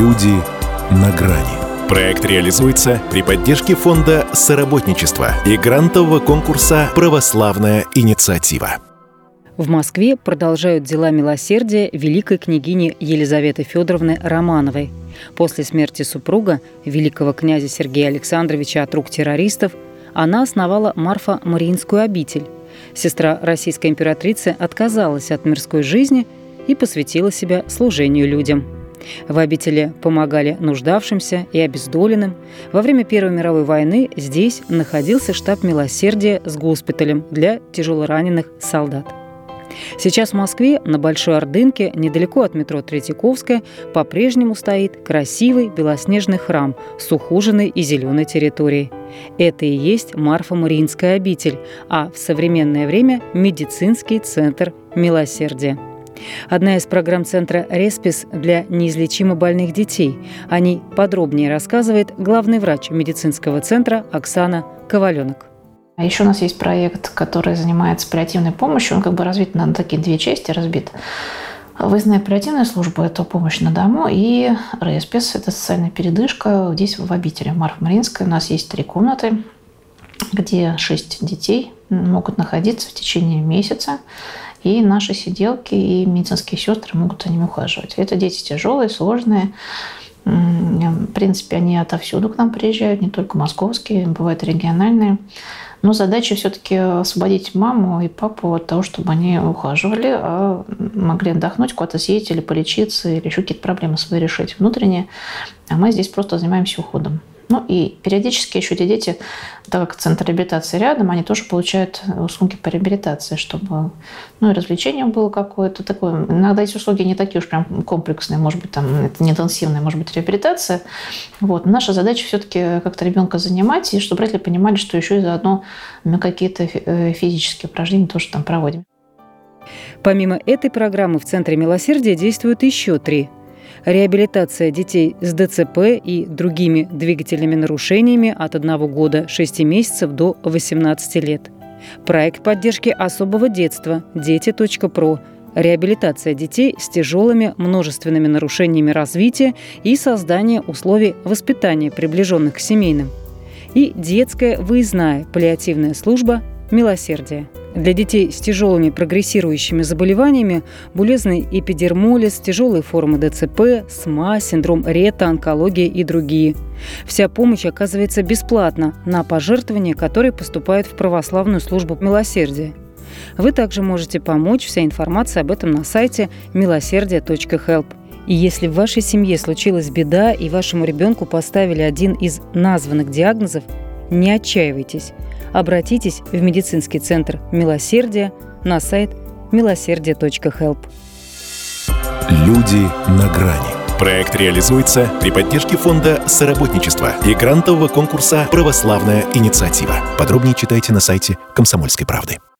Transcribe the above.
Люди на грани. Проект реализуется при поддержке фонда соработничества и грантового конкурса «Православная инициатива». В Москве продолжают дела милосердия великой княгини Елизаветы Федоровны Романовой. После смерти супруга, великого князя Сергея Александровича от рук террористов, она основала Марфо-Мариинскую обитель. Сестра российской императрицы отказалась от мирской жизни и посвятила себя служению людям. В обители помогали нуждавшимся и обездоленным. Во время Первой мировой войны здесь находился штаб милосердия с госпиталем для тяжелораненых солдат. Сейчас в Москве на Большой Ордынке, недалеко от метро Третьяковская, по-прежнему стоит красивый белоснежный храм с ухоженной и зеленой территорией. Это и есть Марфо-Мариинская обитель, а в современное время медицинский центр милосердия. Одна из программ центра «Респис» для неизлечимо больных детей. О ней подробнее рассказывает главный врач медицинского центра Оксана Коваленок. Еще у нас есть проект, который занимается паллиативной помощью. Он разбит на такие две части, разбит. Выездная паллиативная служба – это помощь на дому, и Респис – это социальная передышка здесь, в обители Марфо-Мариинской. У нас есть 3 комнаты, где 6 детей могут находиться в течение месяца. И наши сиделки и медицинские сестры могут за ними ухаживать. Это дети тяжелые, сложные. В принципе, они отовсюду к нам приезжают, не только московские, бывают региональные. Но задача все-таки освободить маму и папу от того, чтобы они ухаживали, а могли отдохнуть, куда-то съездить или полечиться, или еще какие-то проблемы свои решить внутренние. А мы здесь просто занимаемся уходом. Ну и периодически еще эти дети, так как центр реабилитации рядом, они тоже получают услуги по реабилитации, чтобы и развлечение было какое-то такое. Иногда эти услуги не такие уж прям комплексные, может быть, там это не интенсивная, может быть, реабилитация. Вот. Наша задача все-таки как-то ребенка занимать, и чтобы родители понимали, что еще и заодно мы какие-то физические упражнения тоже там проводим. Помимо этой программы в Центре милосердия действуют еще 3. Реабилитация детей с ДЦП и другими двигательными нарушениями от 1 года 6 месяцев до 18 лет. Проект поддержки особого детства «Дети.про». Реабилитация детей с тяжелыми множественными нарушениями развития и создание условий воспитания приближенных к семейным. И детская выездная паллиативная служба «Милосердие». Для детей с тяжелыми прогрессирующими заболеваниями булезный эпидермолиз, тяжелые формы ДЦП, СМА, синдром Ретта, онкология и другие. Вся помощь оказывается бесплатно на пожертвования, которые поступают в православную службу милосердия. Вы также можете помочь, вся информация об этом на сайте miloserdие.help. И если в вашей семье случилась беда и вашему ребенку поставили один из названных диагнозов, не отчаивайтесь. Обратитесь в медицинский центр милосердия на сайт miloserdие.help. Люди на грани. Проект реализуется при поддержке фонда соработничества и грантового конкурса «Православная инициатива». Подробнее читайте на сайте «Комсомольской правды».